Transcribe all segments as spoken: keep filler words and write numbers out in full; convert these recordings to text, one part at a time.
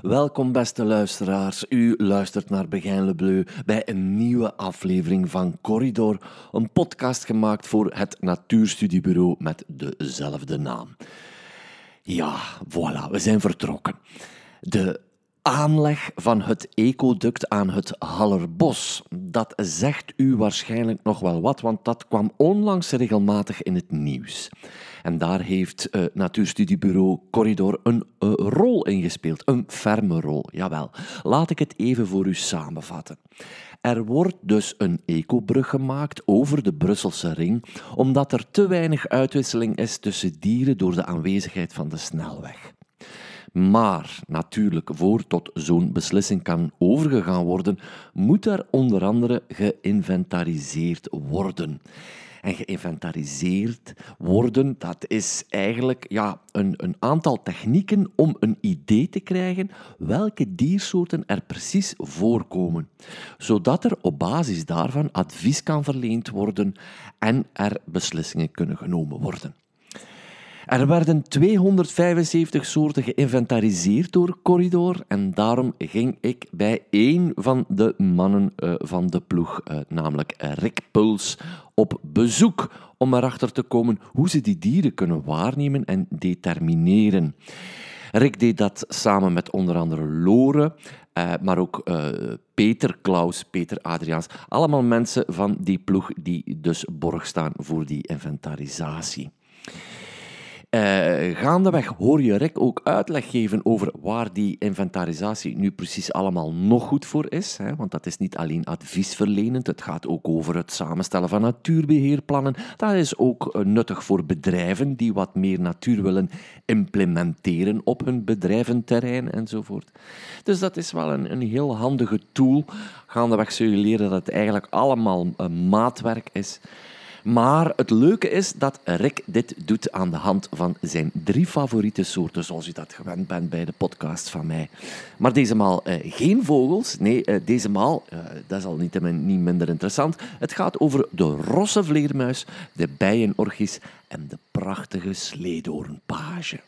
Welkom beste luisteraars, u luistert naar Begijn Le Bleu bij een nieuwe aflevering van Corridor, een podcast gemaakt voor het natuurstudiebureau met dezelfde naam. Ja, voilà, we zijn vertrokken. De aanleg van het ecoduct aan het Hallerbos, dat zegt u waarschijnlijk nog wel wat, want dat kwam onlangs regelmatig in het nieuws. En daar heeft uh, natuurstudiebureau Corridor een uh, rol in gespeeld, een ferme rol, jawel. Laat ik het even voor u samenvatten. Er wordt dus een ecobrug gemaakt over de Brusselse ring, omdat er te weinig uitwisseling is tussen dieren door de aanwezigheid van de snelweg. Maar natuurlijk, voor tot zo'n beslissing kan overgegaan worden, moet er onder andere geïnventariseerd worden. En geïnventariseerd worden, dat is eigenlijk ja, een, een aantal technieken om een idee te krijgen welke diersoorten er precies voorkomen, zodat er op basis daarvan advies kan verleend worden en er beslissingen kunnen genomen worden. Er werden tweehonderdvijfenzeventig soorten geïnventariseerd door Corridor en daarom ging ik bij één van de mannen uh, van de ploeg, uh, namelijk Rick Puls, op bezoek om erachter te komen hoe ze die dieren kunnen waarnemen en determineren. Rick deed dat samen met onder andere Lore, uh, maar ook uh, Peter Klaus, Peter Adriaans. Allemaal mensen van die ploeg die dus borg staan voor die inventarisatie. Uh, gaandeweg hoor je Rick ook uitleg geven over waar die inventarisatie nu precies allemaal nog goed voor is. Hè? Want dat is niet alleen adviesverlenend, het gaat ook over het samenstellen van natuurbeheerplannen. Dat is ook uh, nuttig voor bedrijven die wat meer natuur willen implementeren op hun bedrijventerrein enzovoort. Dus dat is wel een, een heel handige tool. Gaandeweg zul je leren dat het eigenlijk allemaal uh, maatwerk is. Maar het leuke is dat Rick dit doet aan de hand van zijn drie favoriete soorten, zoals u dat gewend bent bij de podcast van mij. Maar deze maal uh, geen vogels. Nee, uh, deze maal, uh, dat is al niet, niet minder interessant. Het gaat over de rosse vleermuis, de bijenorchis en de prachtige sleedoornpage.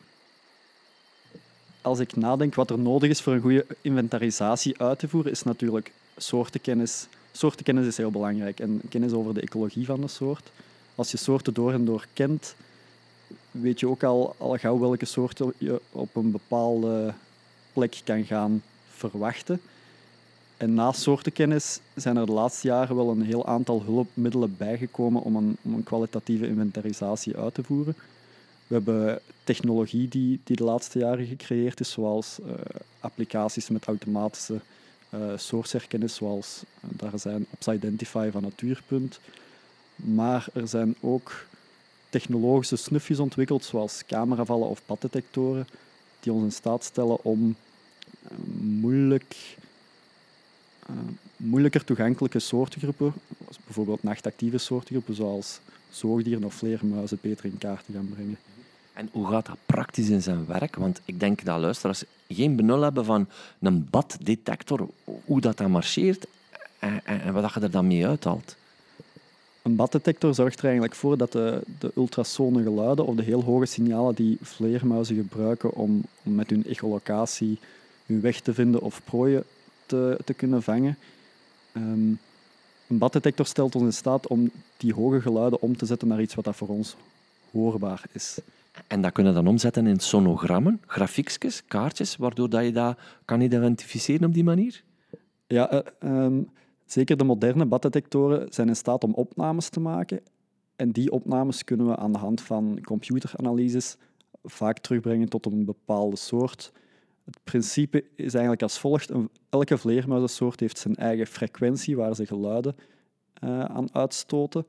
Als ik nadenk wat er nodig is voor een goede inventarisatie uit te voeren, is natuurlijk soortenkennis. Soortenkennis is heel belangrijk en kennis over de ecologie van de soort. Als je soorten door en door kent, weet je ook al, al gauw welke soorten je op een bepaalde plek kan gaan verwachten. En naast soortenkennis zijn er de laatste jaren wel een heel aantal hulpmiddelen bijgekomen om een, om een kwalitatieve inventarisatie uit te voeren. We hebben technologie die, die de laatste jaren gecreëerd is, zoals uh, applicaties met automatische Uh, soortherkennis, zoals uh, daar zijn Opsidentify van Natuurpunt. Maar er zijn ook technologische snufjes ontwikkeld, zoals cameravallen of paddetectoren, die ons in staat stellen om uh, moeilijk, uh, moeilijker toegankelijke soortengroepen, bijvoorbeeld nachtactieve soortengroepen, zoals zoogdieren of vleermuizen, beter in kaart te gaan brengen. En hoe gaat dat praktisch in zijn werk? Want ik denk dat luisteraars geen benul hebben van een baddetector, hoe dat dan marcheert en, en, en wat je er dan mee uithaalt. Een baddetector zorgt er eigenlijk voor dat de, de ultrasone geluiden of de heel hoge signalen die vleermuizen gebruiken om, om met hun echolocatie hun weg te vinden of prooien te, te kunnen vangen. Um, een baddetector stelt ons in staat om die hoge geluiden om te zetten naar iets wat dat voor ons hoorbaar is. En dat kunnen dan omzetten in sonogrammen, grafiekjes, kaartjes, waardoor dat je dat kan identificeren op die manier? Ja, uh, um, zeker de moderne baddetectoren zijn in staat om opnames te maken. En die opnames kunnen we aan de hand van computeranalyses vaak terugbrengen tot een bepaalde soort. Het principe is eigenlijk als volgt. Elke vleermuizensoort heeft zijn eigen frequentie waar ze geluiden uh, aan uitstoten.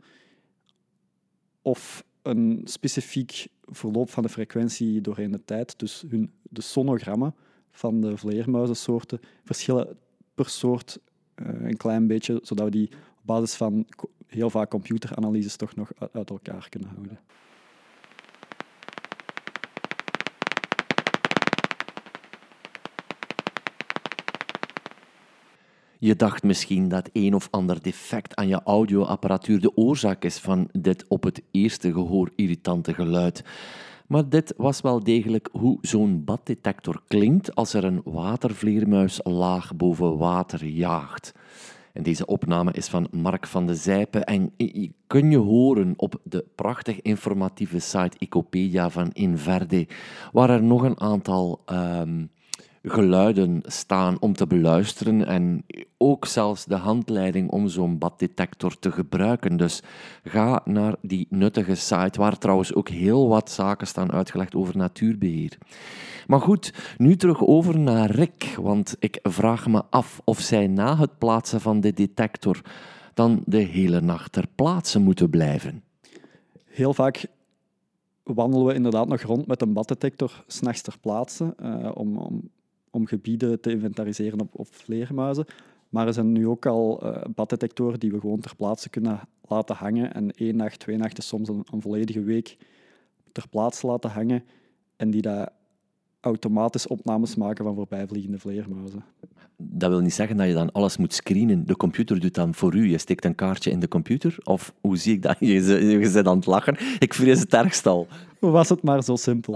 Of een specifiek verloop van de frequentie doorheen de tijd. Dus hun, de sonogrammen van de vleermuizensoorten verschillen per soort uh, een klein beetje, zodat we die op basis van heel vaak computeranalyses toch nog uit, uit elkaar kunnen houden. Je dacht misschien dat een of ander defect aan je audioapparatuur de oorzaak is van dit op het eerste gehoor irritante geluid. Maar dit was wel degelijk hoe zo'n baddetector klinkt als er een watervleermuis laag boven water jaagt. En deze opname is van Mark van de Zijpe en je kun je horen op de prachtig informatieve site Icopedia van Inverde, waar er nog een aantal um, geluiden staan om te beluisteren en ook zelfs de handleiding om zo'n baddetector te gebruiken. Dus ga naar die nuttige site, waar trouwens ook heel wat zaken staan uitgelegd over natuurbeheer. Maar goed, nu terug over naar Rick, want ik vraag me af of zij na het plaatsen van de detector dan de hele nacht ter plaatse moeten blijven. Heel vaak wandelen we inderdaad nog rond met een baddetector 's nachts ter plaatse uh, om, om, om gebieden te inventariseren op, op vleermuizen. Maar er zijn nu ook al uh, baddetectoren die we gewoon ter plaatse kunnen laten hangen en één nacht, twee nachten, soms een, een volledige week ter plaatse laten hangen en die daar automatisch opnames maken van voorbijvliegende vleermuizen. Dat wil niet zeggen dat je dan alles moet screenen. De computer doet dan voor u. Je steekt een kaartje in de computer. Of hoe zie ik dat? Je, je zit aan het lachen. Ik vrees het ergst al. Was het maar zo simpel.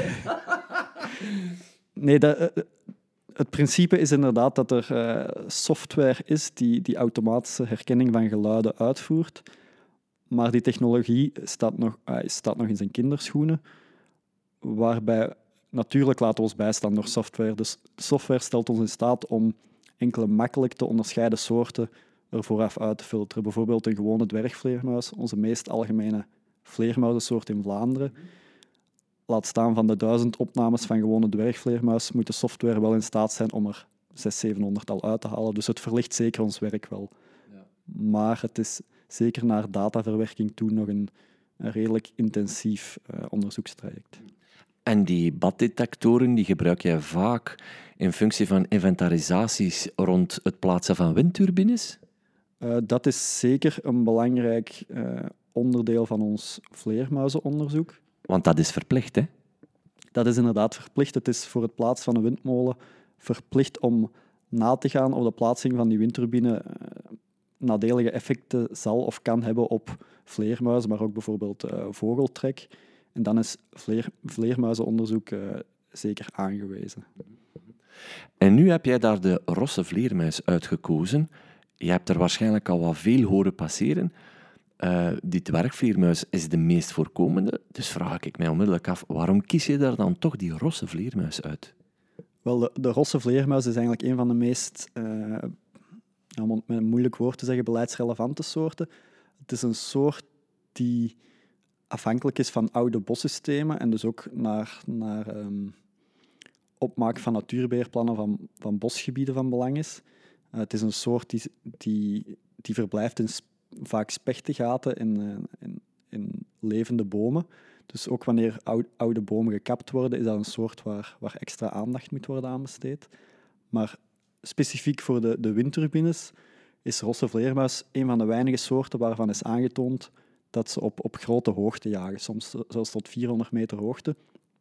Nee, dat, het principe is inderdaad dat er uh, software is die, die automatische herkenning van geluiden uitvoert. Maar die technologie staat nog, uh, staat nog in zijn kinderschoenen. Waarbij... Natuurlijk laten we ons bijstaan door software. Dus de software stelt ons in staat om enkele makkelijk te onderscheiden soorten er vooraf uit te filteren. Bijvoorbeeld een gewone dwergvleermuis, onze meest algemene vleermuizensoort in Vlaanderen. Laat staan van de duizend opnames van gewone dwergvleermuis, moet de software wel in staat zijn om er zeshonderd, zevenhonderd al uit te halen. Dus het verlicht zeker ons werk wel. Ja. Maar het is zeker naar dataverwerking toe nog een, een redelijk intensief uh, onderzoekstraject. En die baddetectoren die gebruik jij vaak in functie van inventarisaties rond het plaatsen van windturbines? Uh, dat is zeker een belangrijk uh, onderdeel van ons vleermuizenonderzoek. Want dat is verplicht, hè? Dat is inderdaad verplicht. Het is voor het plaatsen van een windmolen verplicht om na te gaan of de plaatsing van die windturbine uh, nadelige effecten zal of kan hebben op vleermuizen, maar ook bijvoorbeeld uh, vogeltrek. En dan is vleer, vleermuizenonderzoek uh, zeker aangewezen. En nu heb jij daar de rosse vleermuis uitgekozen. Je hebt er waarschijnlijk al wat veel horen passeren. Uh, die dwergvleermuis is de meest voorkomende. Dus vraag ik mij onmiddellijk af, waarom kies je daar dan toch die rosse vleermuis uit? Wel, de, de rosse vleermuis is eigenlijk een van de meest, uh, om het met een moeilijk woord te zeggen, beleidsrelevante soorten. Het is een soort die afhankelijk is van oude bossystemen en dus ook naar, naar um, opmaak van natuurbeheerplannen van, van bosgebieden van belang is. Uh, het is een soort die, die, die verblijft in sp- vaak spechtengaten in, in, in levende bomen. Dus ook wanneer oude, oude bomen gekapt worden, is dat een soort waar, waar extra aandacht moet worden aan besteed. Maar specifiek voor de, de windturbines is rosse vleermuis een van de weinige soorten waarvan is aangetoond dat ze op, op grote hoogte jagen, soms zelfs tot vierhonderd meter hoogte.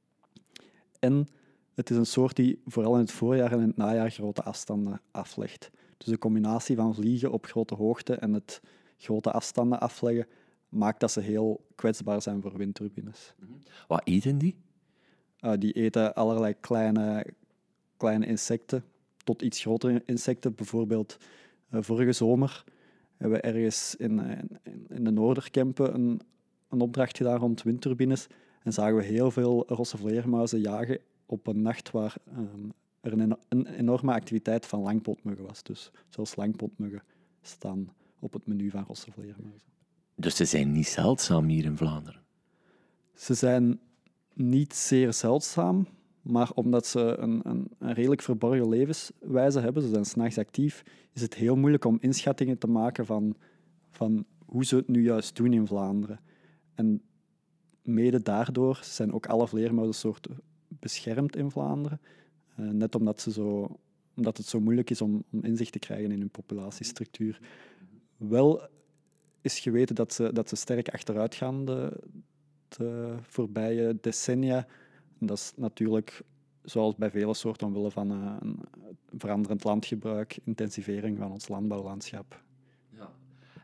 En het is een soort die vooral in het voorjaar en in het najaar grote afstanden aflegt. Dus de combinatie van vliegen op grote hoogte en het grote afstanden afleggen maakt dat ze heel kwetsbaar zijn voor windturbines. Wat eten die? Uh, die eten allerlei kleine, kleine insecten, tot iets grotere insecten. Bijvoorbeeld uh, vorige zomer hebben we ergens in, in, in de Noorderkempen een, een opdracht gedaan rond windturbines en zagen we heel veel rosse vleermuizen jagen op een nacht waar um, er een, een enorme activiteit van langpootmuggen was. Dus zelfs langpootmuggen staan op het menu van rosse vleermuizen. Dus ze zijn niet zeldzaam hier in Vlaanderen? Ze zijn niet zeer zeldzaam, maar omdat ze een, een, een redelijk verborgen levenswijze hebben, ze zijn 's nachts actief, is het heel moeilijk om inschattingen te maken van, van hoe ze het nu juist doen in Vlaanderen. En mede daardoor zijn ook alle vleermuizensoorten beschermd in Vlaanderen, uh, net omdat, ze zo, omdat het zo moeilijk is om, om inzicht te krijgen in hun populatiestructuur. Wel is geweten dat ze, dat ze sterk achteruit gaan de, de voorbije decennia. En dat is natuurlijk, zoals bij vele soorten, omwille van uh, een veranderend landgebruik, intensivering van ons landbouwlandschap. Ja.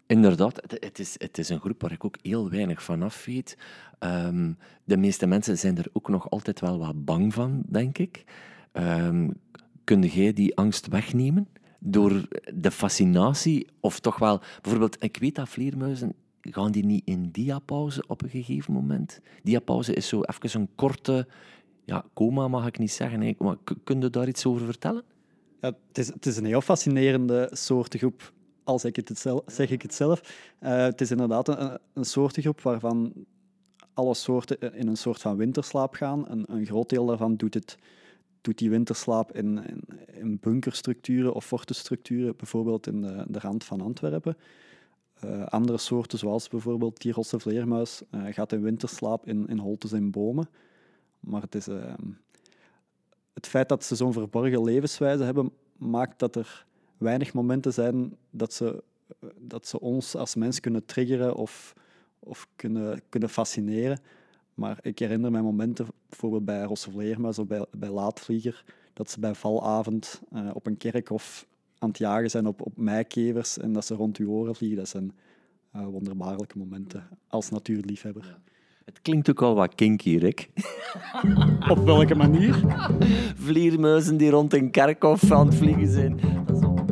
Inderdaad, het, het, is, het is een groep waar ik ook heel weinig van af weet. Um, de meeste mensen zijn er ook nog altijd wel wat bang van, denk ik. Um, kun jij die angst wegnemen door de fascinatie? Of toch wel, bijvoorbeeld, ik weet dat vleermuizen, gaan die niet in diapauze op een gegeven moment? Diapauze is zo even een korte, ja, coma mag ik niet zeggen, hè. Maar kun je daar iets over vertellen? Ja, het, is, het is een heel fascinerende soortengroep, al zeg ik het zelf. Zeg ik het zelf. Uh, het is inderdaad een, een soortengroep waarvan alle soorten in een soort van winterslaap gaan. Een, een groot deel daarvan doet, het, doet die winterslaap in, in, in bunkerstructuren of fortenstructuren, bijvoorbeeld in de, de rand van Antwerpen. Uh, andere soorten, zoals bijvoorbeeld die rosse vleermuis, uh, gaat in winterslaap in, in holtes en bomen. Maar het is... Uh, Het feit dat ze zo'n verborgen levenswijze hebben, maakt dat er weinig momenten zijn dat ze, dat ze ons als mens kunnen triggeren of, of kunnen, kunnen fascineren. Maar ik herinner mij momenten, bijvoorbeeld bij rosse vleermuis of bij, bij laatvlieger, dat ze bij valavond uh, op een kerkhof aan het jagen zijn op, op meikevers en dat ze rond uw oren vliegen. Dat zijn uh, wonderbaarlijke momenten als natuurliefhebber. Ja. Het klinkt ook al wat kinky, Rick. Op welke manier? Vleermuizen die rond een kerkhof aan het vliegen zijn. Dat is ook...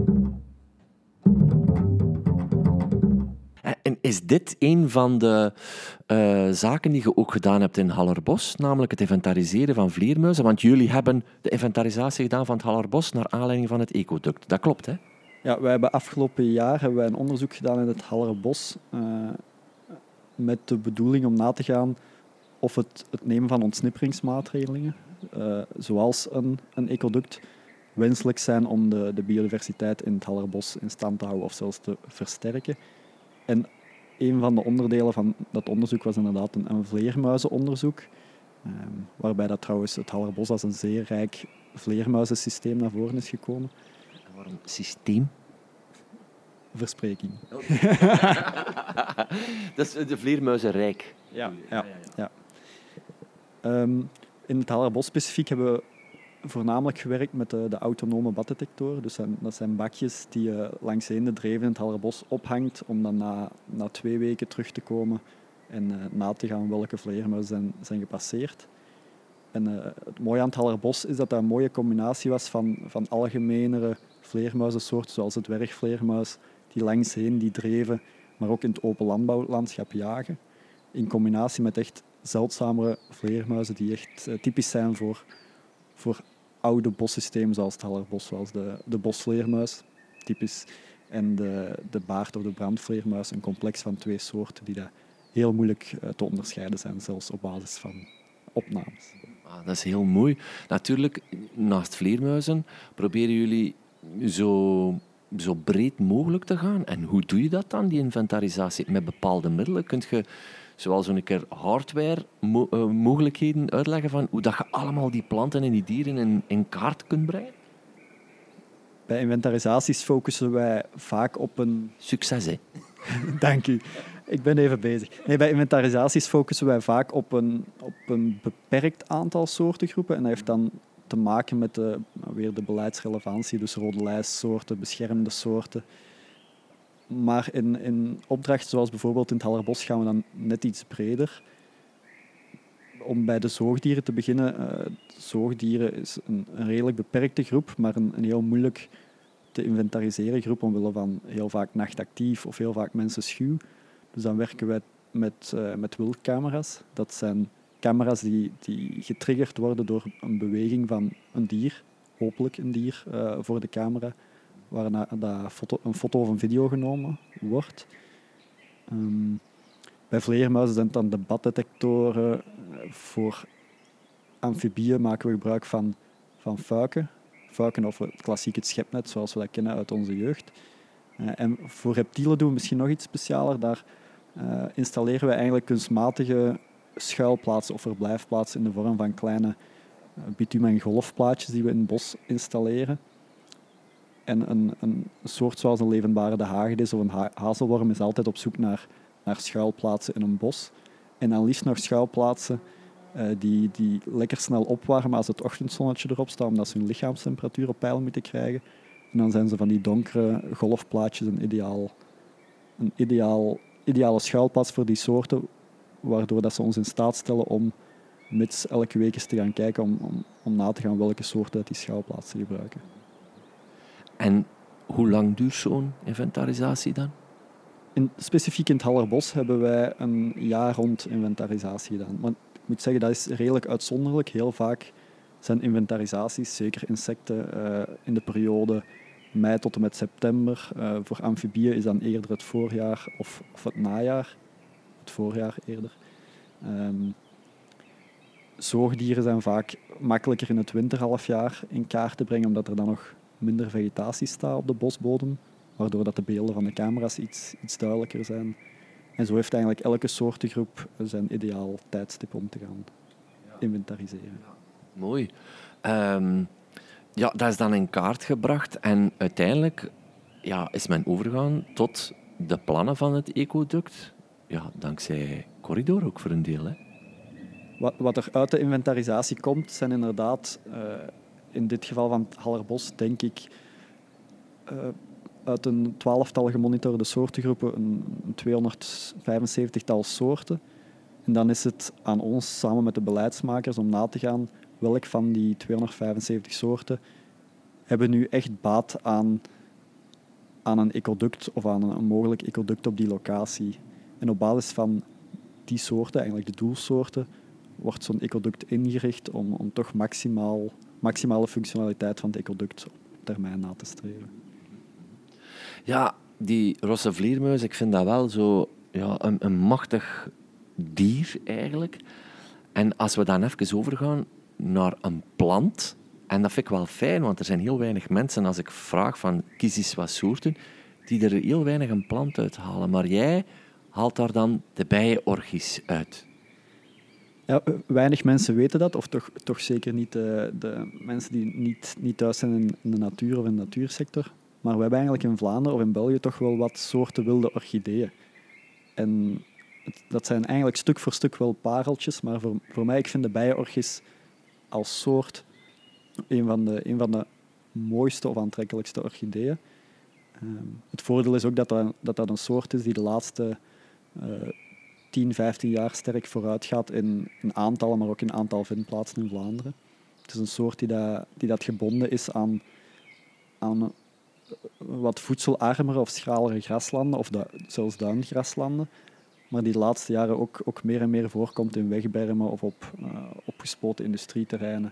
En is dit een van de uh, zaken die je ook gedaan hebt in Hallerbos, namelijk het inventariseren van vleermuizen? Want jullie hebben de inventarisatie gedaan van het Hallerbos naar aanleiding van het ecoduct. Dat klopt, hè? Ja, wij hebben afgelopen jaar hebben wij een onderzoek gedaan in het Hallerbos uh, met de bedoeling om na te gaan of het, het nemen van ontsnipperingsmaatregelen, uh, zoals een, een ecoduct, wenselijk zijn om de, de biodiversiteit in het Hallerbos in stand te houden of zelfs te versterken. En een van de onderdelen van dat onderzoek was inderdaad een, een vleermuizenonderzoek, uh, waarbij dat trouwens het Hallerbos als een zeer rijk vleermuizensysteem naar voren is gekomen. En waarom systeem? Verspreking. Oh. Dat is de vleermuizenrijk. Ja, ja, ja. ja. Um, in het Hallerbos specifiek hebben we voornamelijk gewerkt met de, de autonome baddetectoren. Dus zijn, dat zijn bakjes die je langs de dreven in het Hallerbos ophangt om dan na, na twee weken terug te komen en uh, na te gaan welke vleermuizen zijn, zijn gepasseerd. En uh, het mooie aan het Hallerbos is dat dat een mooie combinatie was van, van algemenere vleermuizensoorten, zoals het dwergvleermuis, die langsheen die dreven, maar ook in het open landbouwlandschap jagen. In combinatie met echt zeldzamere vleermuizen die echt uh, typisch zijn voor, voor oude bossystemen zoals het Hallerbos, zoals de, de bosvleermuis, typisch, en de, de baard- of de brandvleermuis, een complex van twee soorten die dat heel moeilijk uh, te onderscheiden zijn, zelfs op basis van opnames. Ah, dat is heel mooi. Natuurlijk, naast vleermuizen proberen jullie zo... zo breed mogelijk te gaan. En hoe doe je dat dan, die inventarisatie? Met bepaalde middelen? Kun je zoals een keer hardware-mogelijkheden uitleggen van hoe dat je allemaal die planten en die dieren in, in kaart kunt brengen? Bij inventarisaties focussen wij vaak op een... Succes, hè? Dank u. Ik ben even bezig. Nee, bij inventarisaties focussen wij vaak op een, op een beperkt aantal soortengroepen. En dat heeft dan te maken met de, weer de beleidsrelevantie, dus rode lijstsoorten, beschermde soorten. Maar in, in opdrachten zoals bijvoorbeeld in het Hallerbos gaan we dan net iets breder. Om bij de zoogdieren te beginnen. Uh, zoogdieren is een, een redelijk beperkte groep, maar een, een heel moeilijk te inventariseren groep omwille van heel vaak nachtactief of heel vaak mensenschuw. Dus dan werken wij met, uh, met wildcamera's. Dat zijn camera's die, die getriggerd worden door een beweging van een dier, hopelijk een dier, uh, voor de camera, waarna dat foto, een foto of een video genomen wordt. Um, bij vleermuizen zijn het dan de baddetectoren. Voor amfibieën maken we gebruik van, van fuiken. Fuiken of het klassiek het schepnet, zoals we dat kennen uit onze jeugd. Uh, en voor reptielen doen we misschien nog iets specialer. Daar uh, installeren we eigenlijk kunstmatige schuilplaatsen of verblijfplaatsen in de vorm van kleine uh, bitumen- en golfplaatjes die we in het bos installeren. En een, een soort zoals een levendbarende hagedis of een ha- hazelworm is altijd op zoek naar, naar schuilplaatsen in een bos. En dan liefst nog schuilplaatsen uh, die, die lekker snel opwarmen als het ochtendzonnetje erop staat, omdat ze hun lichaamstemperatuur op peil moeten krijgen. En dan zijn ze van die donkere golfplaatjes een ideaal een ideaal, ideale schuilplaats voor die soorten, waardoor dat ze ons in staat stellen om mits elke week eens te gaan kijken om, om, om na te gaan welke soorten uit die schuilplaats te gebruiken. En hoe lang duurt zo'n inventarisatie dan? In, specifiek in het Hallerbos hebben wij een jaar rond inventarisatie gedaan. Maar ik moet zeggen, dat is redelijk uitzonderlijk. Heel vaak zijn inventarisaties, zeker insecten, uh, in de periode mei tot en met september. Uh, voor amfibieën is dan eerder het voorjaar of, of het najaar. Het voorjaar eerder. Um, zoogdieren zijn vaak makkelijker in het winterhalfjaar in kaart te brengen, omdat er dan nog minder vegetatie staat op de bosbodem, waardoor dat de beelden van de camera's iets, iets duidelijker zijn. En zo heeft eigenlijk elke soortengroep zijn ideaal tijdstip om te gaan inventariseren. Ja, mooi. Um, ja, dat is dan in kaart gebracht en uiteindelijk ja, is men overgegaan tot de plannen van het ecoduct. Ja, dankzij Corridor ook voor een deel, hè? Wat, wat er uit de inventarisatie komt, zijn inderdaad, uh, in dit geval van het Hallerbos, denk ik, uh, uit een twaalftal gemonitorde soortengroepen een, een tweehonderdvijfenzeventigtal soorten. En dan is het aan ons, samen met de beleidsmakers, om na te gaan welk van die tweehonderdvijfenzeventig soorten hebben nu echt baat aan, aan een ecoduct of aan een, een mogelijk ecoduct op die locatie. En op basis van die soorten, eigenlijk de doelsoorten, wordt zo'n ecoduct ingericht om, om toch maximaal, maximale functionaliteit van het ecoduct op termijn na te streven. Ja, die rosse vleermuis, ik vind dat wel zo ja, een, een machtig dier eigenlijk. En als we dan even overgaan naar een plant, en dat vind ik wel fijn, want er zijn heel weinig mensen, als ik vraag van kies eens wat soorten, die er heel weinig een plant uithalen. Maar jij haalt daar dan de bijenorchies uit. Ja, weinig mensen weten dat, of toch, toch zeker niet de, de mensen die niet, niet thuis zijn in, in de natuur of in de natuursector. Maar we hebben eigenlijk in Vlaanderen of in België toch wel wat soorten wilde orchideeën. En het, dat zijn eigenlijk stuk voor stuk wel pareltjes, maar voor, voor mij, ik vind de bijenorchis als soort een van de, een van de mooiste of aantrekkelijkste orchideeën. Um, het voordeel is ook dat dat, dat dat een soort is die de laatste uh, tien, vijftien jaar sterk vooruit gaat in, in aantallen, maar ook in aantal vindplaatsen in Vlaanderen. Het is een soort die dat, die dat gebonden is aan, aan wat voedselarmere of schralere graslanden, of da, zelfs duingraslanden, maar die de laatste jaren ook, ook meer en meer voorkomt in wegbermen of op uh, opgespoten industrieterreinen.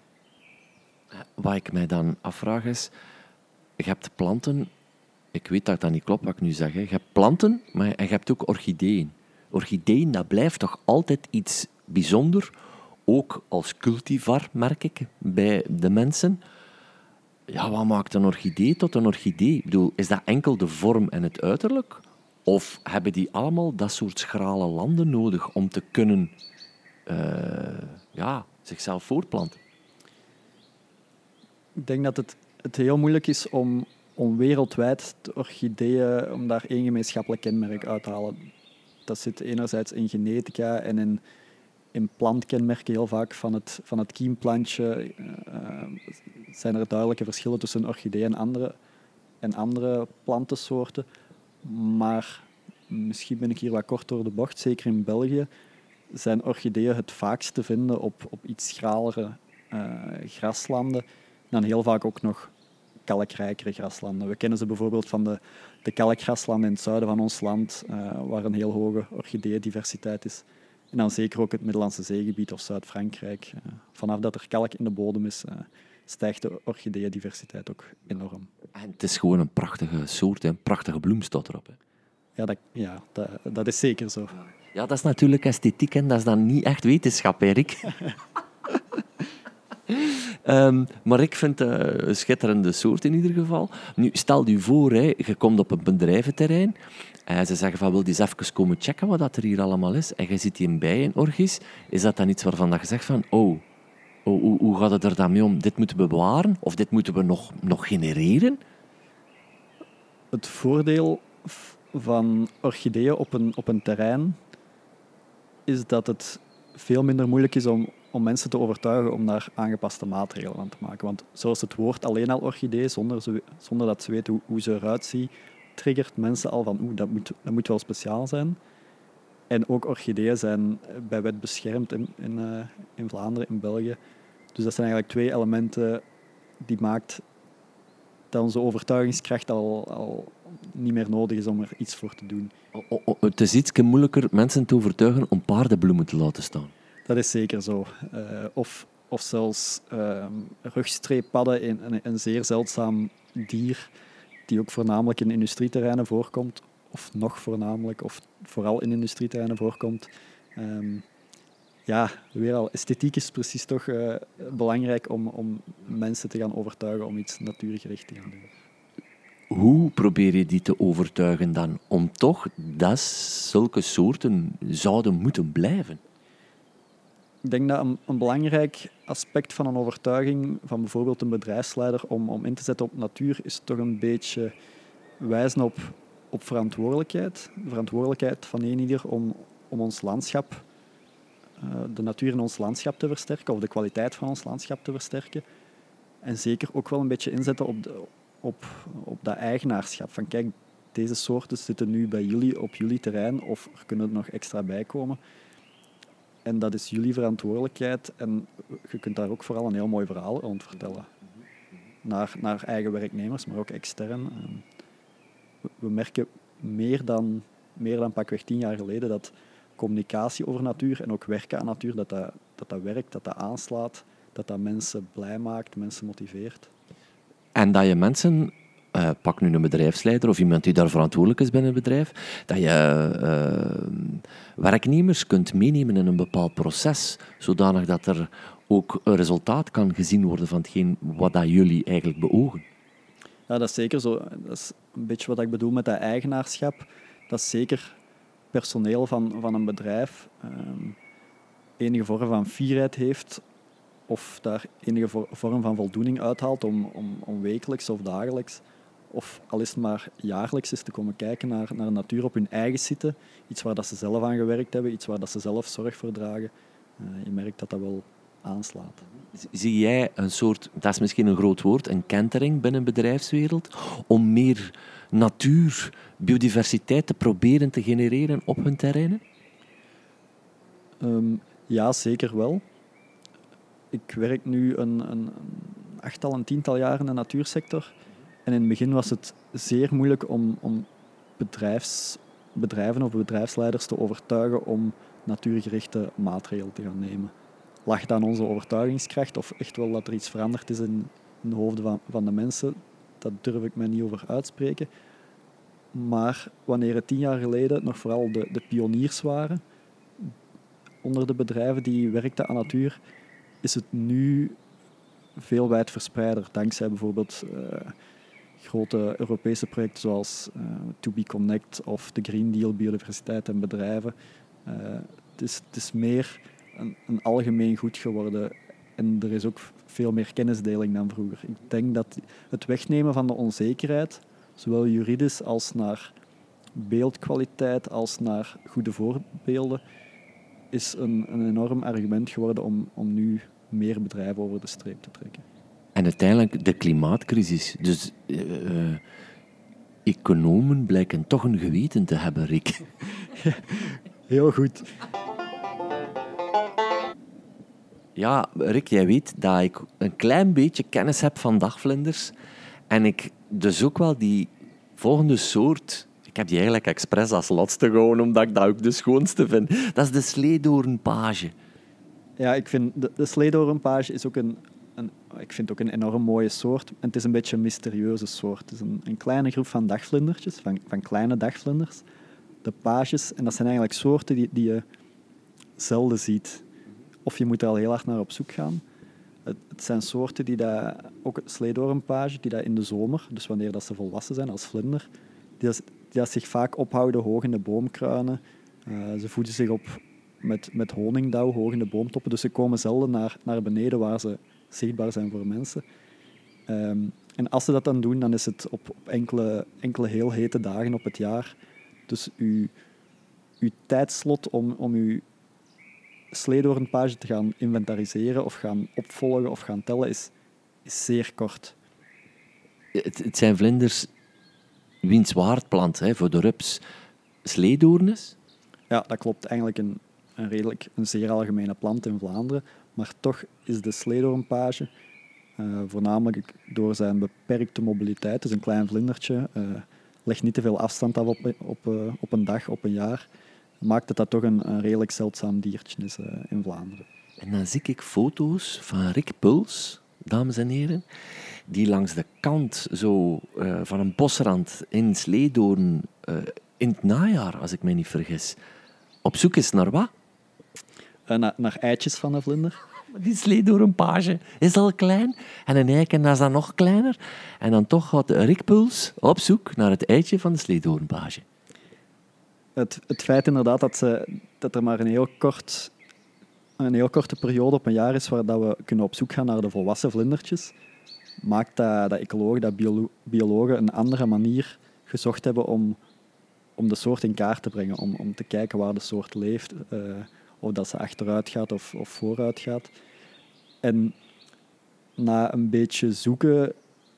Wat ik mij dan afvraag is, je hebt planten, ik weet dat dat niet klopt wat ik nu zeg, hè. Je hebt planten, maar je hebt ook orchideeën. Orchideeën, dat blijft toch altijd iets bijzonders, ook als cultivar, merk ik, bij de mensen. Ja, wat maakt een orchidee tot een orchidee? Ik bedoel, is dat enkel de vorm en het uiterlijk? Of hebben die allemaal dat soort schrale landen nodig om te kunnen uh, ja, zichzelf voortplanten? Ik denk dat het, het heel moeilijk is om, om wereldwijd de orchideeën, om daar één gemeenschappelijk kenmerk uit te halen. Dat zit enerzijds in genetica en in, in plantkenmerken heel vaak van het, van het kiemplantje. Uh, zijn er duidelijke verschillen tussen orchideeën en andere, en andere plantensoorten. Maar misschien ben ik hier wat kort door de bocht. Zeker in België zijn orchideeën het vaakst te vinden op, op iets schralere uh, graslanden. En dan heel vaak ook nog kalkrijkere graslanden. We kennen ze bijvoorbeeld van de, de kalkgraslanden in het zuiden van ons land, uh, waar een heel hoge orchideeëndiversiteit is. En dan zeker ook het Middellandse Zeegebied of Zuid-Frankrijk. Uh, vanaf dat er kalk in de bodem is, uh, stijgt de orchideeëndiversiteit ook enorm. En het is gewoon een prachtige soort, een prachtige bloem staat erop. Hè. Ja, dat, ja dat, dat is zeker zo. Ja, dat is natuurlijk esthetiek en dat is dan niet echt wetenschap, Erik. Um, maar ik vind het uh, een schitterende soort in ieder geval. Nu, stel je voor, hè, je komt op een bedrijventerrein en ze zeggen van, wil je eens even komen checken wat dat er hier allemaal is? En je ziet die een bijenorchis. Is dat dan iets waarvan dat je zegt van, oh, oh hoe, hoe gaat het er dan mee om? Dit moeten we bewaren of dit moeten we nog, nog genereren? Het voordeel van orchideeën op een, op een terrein is dat het veel minder moeilijk is om om mensen te overtuigen om daar aangepaste maatregelen aan te maken. Want zoals het woord alleen al orchidee, zonder, ze, zonder dat ze weten hoe, hoe ze eruit zien, triggert mensen al van oeh, dat moet, dat moet wel speciaal zijn. En ook orchideeën zijn bij wet beschermd in, in, uh, in Vlaanderen, in België. Dus dat zijn eigenlijk twee elementen die maakt dat onze overtuigingskracht al, al niet meer nodig is om er iets voor te doen. O, o, het is iets moeilijker mensen te overtuigen om paardenbloemen te laten staan. Dat is zeker zo. Uh, of, of zelfs uh, rugstreeppadden, een, een, een zeer zeldzaam dier die ook voornamelijk in industrieterreinen voorkomt, of nog voornamelijk, of vooral in industrieterreinen voorkomt. Um, ja, weer al, esthetiek is precies toch uh, belangrijk om, om mensen te gaan overtuigen om iets natuurgericht te gaan doen. Hoe probeer je die te overtuigen dan om toch dat zulke soorten zouden moeten blijven? Ik denk dat een, een belangrijk aspect van een overtuiging van bijvoorbeeld een bedrijfsleider om, om in te zetten op natuur is toch een beetje wijzen op, op verantwoordelijkheid. De verantwoordelijkheid van eenieder om, om ons landschap, uh, de natuur in ons landschap te versterken of de kwaliteit van ons landschap te versterken. En zeker ook wel een beetje inzetten op, de, op, op dat eigenaarschap. Van kijk, deze soorten zitten nu bij jullie op jullie terrein of er kunnen er nog extra bij komen. En dat is jullie verantwoordelijkheid. En je kunt daar ook vooral een heel mooi verhaal rond vertellen. Naar, naar eigen werknemers, maar ook extern. We merken meer dan, meer dan pakweg tien jaar geleden dat communicatie over natuur en ook werken aan natuur, dat dat, dat, dat werkt, dat dat aanslaat, dat dat mensen blij maakt, mensen motiveert. En dat je mensen... Uh, pak nu een bedrijfsleider of iemand die daar verantwoordelijk is binnen een bedrijf, dat je uh, werknemers kunt meenemen in een bepaald proces, zodanig dat er ook een resultaat kan gezien worden van hetgeen wat dat jullie eigenlijk beogen. Ja, dat is zeker zo. Dat is een beetje wat ik bedoel met dat eigenaarschap. Dat is zeker personeel van, van een bedrijf um, enige vorm van fierheid heeft of daar enige vorm van voldoening uithaalt om, om, om wekelijks of dagelijks of al is het maar jaarlijks eens te komen kijken naar, naar de natuur op hun eigen site. Iets waar dat ze zelf aan gewerkt hebben, iets waar dat ze zelf zorg voor dragen. Uh, je merkt dat dat wel aanslaat. Zie jij een soort, dat is misschien een groot woord, een kentering binnen de bedrijfswereld, om meer natuur, biodiversiteit te proberen te genereren op hun terreinen? Um, ja, zeker wel. Ik werk nu een, een, een achttal, een tiental jaar in de natuursector. En in het begin was het zeer moeilijk om, om bedrijfs, bedrijven of bedrijfsleiders te overtuigen om natuurgerichte maatregelen te gaan nemen. Lag het aan onze overtuigingskracht of echt wel dat er iets veranderd is in, in de hoofden van, van de mensen? Dat durf ik mij niet over uitspreken. Maar wanneer het tien jaar geleden nog vooral de, de pioniers waren onder de bedrijven die werkten aan natuur, is het nu veel wijd verspreider. Dankzij bijvoorbeeld uh, grote Europese projecten zoals uh, To Be Connect of de Green Deal, biodiversiteit en bedrijven. Uh, het, is, het is meer een, een algemeen goed geworden en er is ook veel meer kennisdeling dan vroeger. Ik denk dat het wegnemen van de onzekerheid, zowel juridisch als naar beeldkwaliteit als naar goede voorbeelden, is een, een enorm argument geworden om, om nu meer bedrijven over de streep te trekken. En uiteindelijk de klimaatcrisis. Dus uh, economen blijken toch een geweten te hebben, Rick. Heel goed. Ja, Rick, jij weet dat ik een klein beetje kennis heb van dagvlinders. En ik dus ook wel die volgende soort... Ik heb die eigenlijk expres als laatste gehouden, omdat ik dat ook de schoonste vind. Dat is de sleedoornpage. Ja, ik vind de, de sleedoornpage is ook een, een, ik vind ook een enorm mooie soort. En het is een beetje een mysterieuze soort. Het is een, een kleine groep van dagvlindertjes, van, van kleine dagvlinders. De pages, en dat zijn eigenlijk soorten die, die je zelden ziet. Of je moet er al heel hard naar op zoek gaan. Het, het zijn soorten die dat, ook sleedoornpage, die dat in de zomer, dus wanneer dat ze volwassen zijn als vlinder, die, dat, die dat zich vaak ophouden hoog in de boomkruinen. Uh, ze voeden zich op met, met honingdauw hoog in de boomtoppen, dus ze komen zelden naar, naar beneden waar ze zichtbaar zijn voor mensen. Um, en als ze dat dan doen, dan is het op, op enkele, enkele heel hete dagen op het jaar. Dus uw, uw tijdslot om, om uw sleedoornpage te gaan inventariseren of gaan opvolgen of gaan tellen is, is zeer kort. Het, het zijn vlinders wienswaardplant hè, voor de rups sleedoorn is? Ja, dat klopt. Eigenlijk een, een redelijk een zeer algemene plant in Vlaanderen. Maar toch is de sleedoornpage, uh, voornamelijk door zijn beperkte mobiliteit, het is een klein vlindertje, uh, legt niet te veel afstand af op, op, uh, op een dag, op een jaar, maakt het dat toch een, een redelijk zeldzaam diertje is uh, in Vlaanderen. En dan zie ik foto's van Rick Puls, dames en heren, die langs de kant zo, uh, van een bosrand in Sleedoorn, uh, in het najaar, als ik me niet vergis, op zoek is naar wat? Uh, naar, naar eitjes van een vlinder. Die sleedoornpage is al klein en een eiken is dan nog kleiner. En dan toch gaat Rick Puls op zoek naar het eitje van de sleedoornpage. Het, het feit inderdaad dat, ze, dat er maar een heel, kort, een heel korte periode op een jaar is waar dat we kunnen op zoek gaan naar de volwassen vlindertjes, maakt dat, dat ecologen, dat biolo- biologen een andere manier gezocht hebben om, om de soort in kaart te brengen, om, om te kijken waar de soort leeft, uh, of dat ze achteruit gaat of, of vooruit gaat. En na een beetje zoeken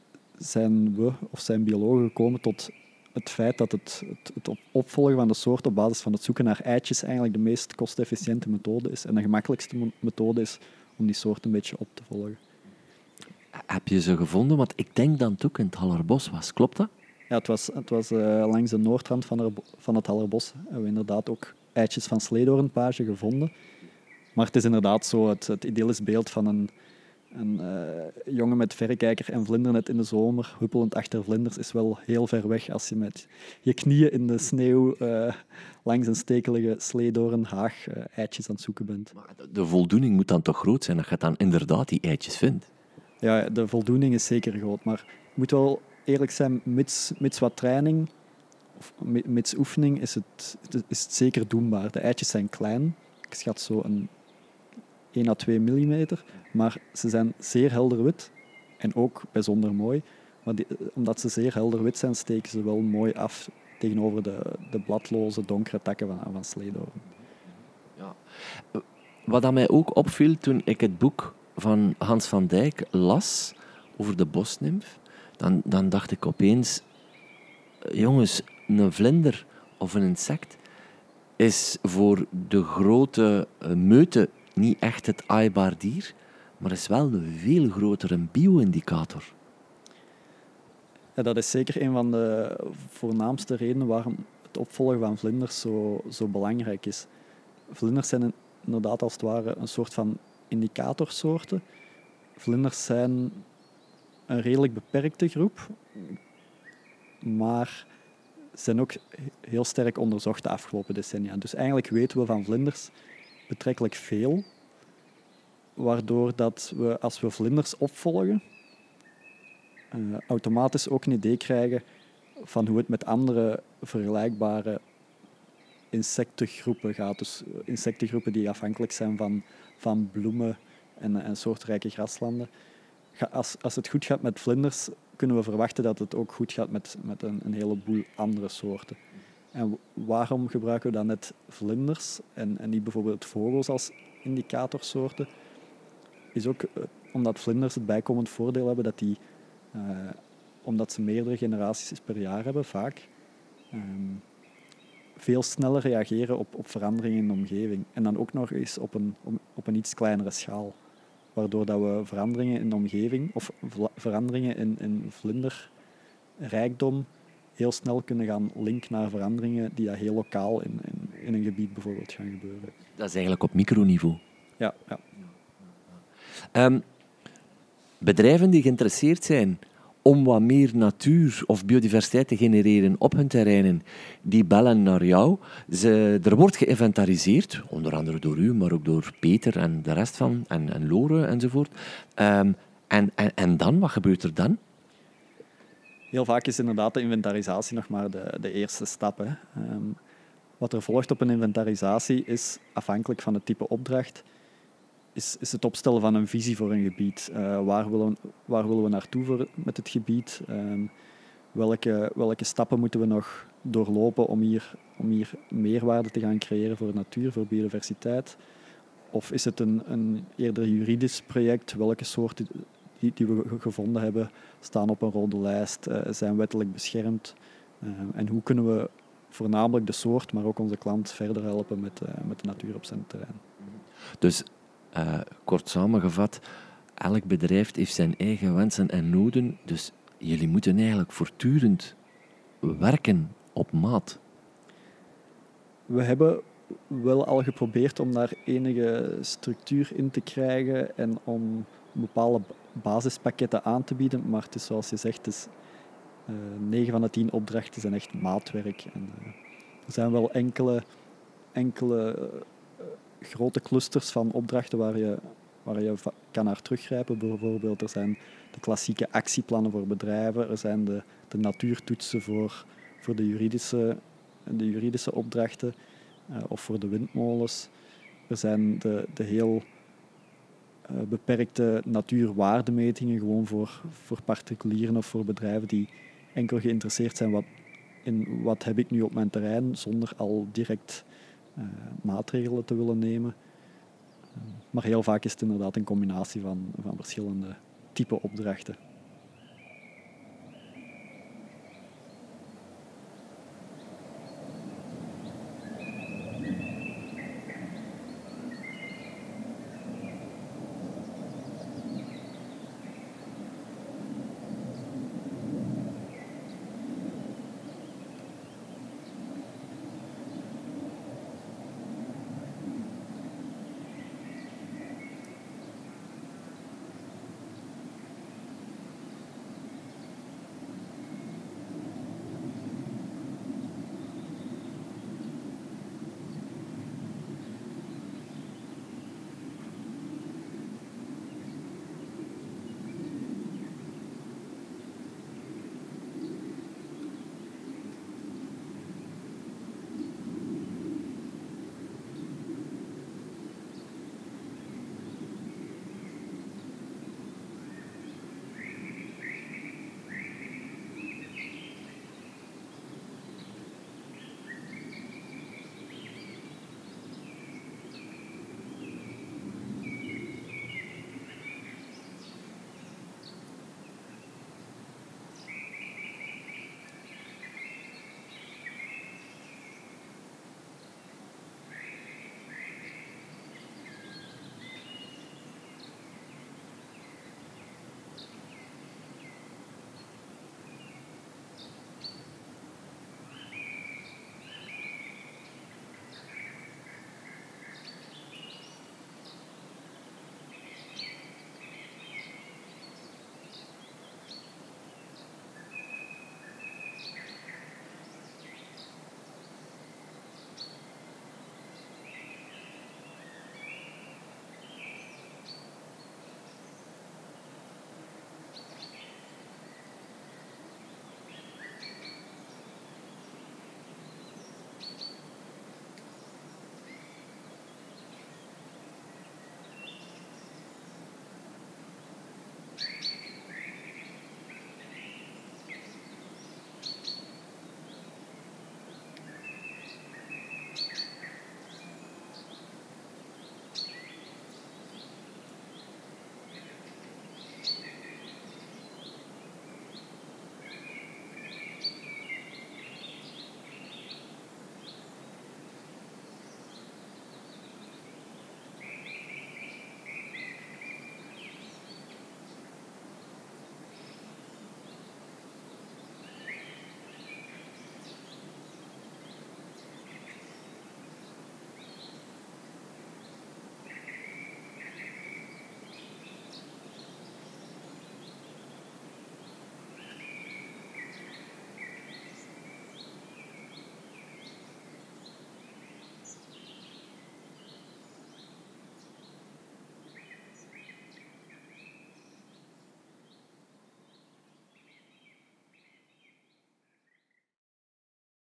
zijn we, of zijn biologen gekomen tot het feit dat het, het, het opvolgen van de soort op basis van het zoeken naar eitjes eigenlijk de meest kostefficiënte methode is en de gemakkelijkste methode is om die soort een beetje op te volgen. Heb je ze gevonden? Want ik denk dat het ook in het Hallerbos was. Klopt dat? Ja, het was, het was uh, langs de noordrand van, er, van het Hallerbos hebben we inderdaad ook eitjes van sleedoornpage gevonden. Maar het is inderdaad zo het, het idyllisch beeld van een, een uh, jongen met verrekijker en vlindernet in de zomer, huppelend achter vlinders, is wel heel ver weg als je met je knieën in de sneeuw uh, langs een stekelige sleedoornhaag uh, eitjes aan het zoeken bent. Maar de voldoening moet dan toch groot zijn dat je dan inderdaad die eitjes vindt? Ja, de voldoening is zeker groot, maar ik moet wel eerlijk zijn, mits, mits wat training, of mits oefening, is het, is het zeker doenbaar. De eitjes zijn klein, ik schat zo een één à twee millimeter, maar ze zijn zeer helder wit en ook bijzonder mooi. Maar die, omdat ze zeer helder wit zijn, steken ze wel mooi af tegenover de, de bladloze, donkere takken van, van sleedoorn. Ja. Wat aan mij ook opviel toen ik het boek van Hans van Dijk las over de bosnimf, dan, dan dacht ik opeens, jongens, een vlinder of een insect is voor de grote meute niet echt het aaibaar dier, maar is wel een veel grotere bio-indicator. Ja, dat is zeker een van de voornaamste redenen waarom het opvolgen van vlinders zo, zo belangrijk is. Vlinders zijn inderdaad als het ware een soort van indicatorsoorten. Vlinders zijn een redelijk beperkte groep, maar zijn ook heel sterk onderzocht de afgelopen decennia. Dus eigenlijk weten we van vlinders betrekkelijk veel, waardoor dat we, als we vlinders opvolgen, uh, automatisch ook een idee krijgen van hoe het met andere vergelijkbare insectengroepen gaat. Dus insectengroepen die afhankelijk zijn van, van bloemen en, en soortrijke graslanden. Als, als het goed gaat met vlinders, kunnen we verwachten dat het ook goed gaat met, met een, een heleboel andere soorten. En waarom gebruiken we dan net vlinders en, en niet bijvoorbeeld vogels als indicatorsoorten? Is ook uh, omdat vlinders het bijkomend voordeel hebben dat die, uh, omdat ze meerdere generaties per jaar hebben, vaak, um, veel sneller reageren op, op veranderingen in de omgeving. En dan ook nog eens op een, op een iets kleinere schaal. Waardoor dat we veranderingen in de omgeving of veranderingen in, in vlinderrijkdom heel snel kunnen gaan linken naar veranderingen die heel lokaal in, in, in een gebied bijvoorbeeld gaan gebeuren. Dat is eigenlijk op microniveau. Ja, ja. Um, bedrijven die geïnteresseerd zijn om wat meer natuur of biodiversiteit te genereren op hun terreinen, die bellen naar jou. Ze, er wordt geïnventariseerd, onder andere door u, maar ook door Peter en de rest van, en, en Lore enzovoort. Um, en, en, en dan, wat gebeurt er dan? Heel vaak is inderdaad de inventarisatie nog maar de, de eerste stap. Hè. Um, wat er volgt op een inventarisatie is, afhankelijk van het type opdracht, Is, is het opstellen van een visie voor een gebied. Uh, waar, willen we, waar willen we naartoe voor, met het gebied? Um, welke, welke stappen moeten we nog doorlopen om hier, om hier meerwaarde te gaan creëren voor natuur, voor biodiversiteit? Of is het een, een eerder juridisch project? Welke soorten die, die we gevonden hebben staan op een rode lijst, uh, zijn wettelijk beschermd? Uh, en hoe kunnen we voornamelijk de soort, maar ook onze klant verder helpen met, uh, met de natuur op zijn terrein. Dus, uh, kort samengevat, elk bedrijf heeft zijn eigen wensen en noden, dus jullie moeten eigenlijk voortdurend werken op maat. We hebben wel al geprobeerd om daar enige structuur in te krijgen en om bepaalde basispakketten aan te bieden, maar het is zoals je zegt, het is, uh, negen van de tien opdrachten zijn echt maatwerk. En, uh, er zijn wel enkele, enkele uh, grote clusters van opdrachten waar je, waar je va- kan naar teruggrijpen. Bijvoorbeeld, er zijn de klassieke actieplannen voor bedrijven, er zijn de, de natuurtoetsen voor, voor de, juridische, de juridische opdrachten uh, of voor de windmolens. Er zijn de, de heel uh, beperkte natuurwaardemetingen, gewoon voor, voor particulieren of voor bedrijven die enkel geïnteresseerd zijn wat, in wat heb ik nu op mijn terrein, zonder al direct uh, maatregelen te willen nemen. Uh, maar heel vaak is het inderdaad een combinatie van, van verschillende type opdrachten.